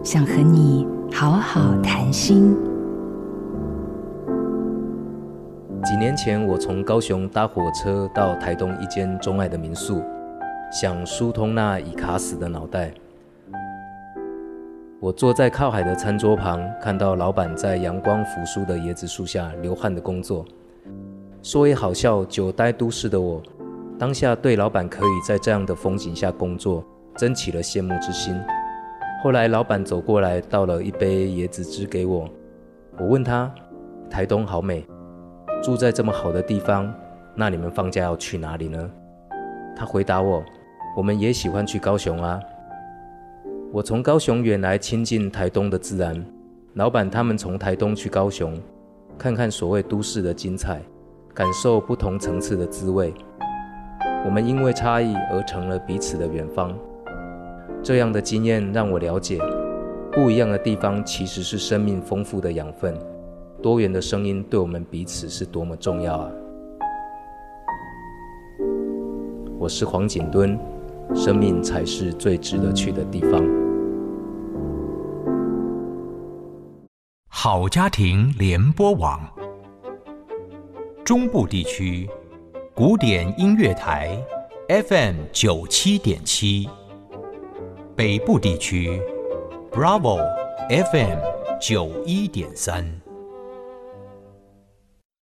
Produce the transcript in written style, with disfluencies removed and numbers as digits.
想和你好好谈心。 几年前，我从高雄搭火车到台东一间钟爱的民宿，想疏通那已卡死的脑袋。我坐在靠海的餐桌旁，看到老板在阳光扶疏的椰子树下流汗的工作。说也好笑，久待都市的我，当下对老板可以在这样的风景下工作，真起了羡慕之心。后来老板走过来，倒了一杯椰子汁给我。我问他，台东好美，住在这么好的地方，那你们放假要去哪里呢？他回答我，我们也喜欢去高雄啊。我从高雄远来亲近台东的自然，老板他们从台东去高雄，看看所谓都市的精彩，感受不同层次的滋味。我们因为差异而成了彼此的远方。这样的经验让我了解，不一样的地方其实是生命丰富的养分，多元的声音对我们彼此是多么重要啊！我是黄景敦，生命才是最值得去的地方。 好家庭联播网，中部地区古典音乐台 FM97.7， 北部地区 Bravo FM91.3。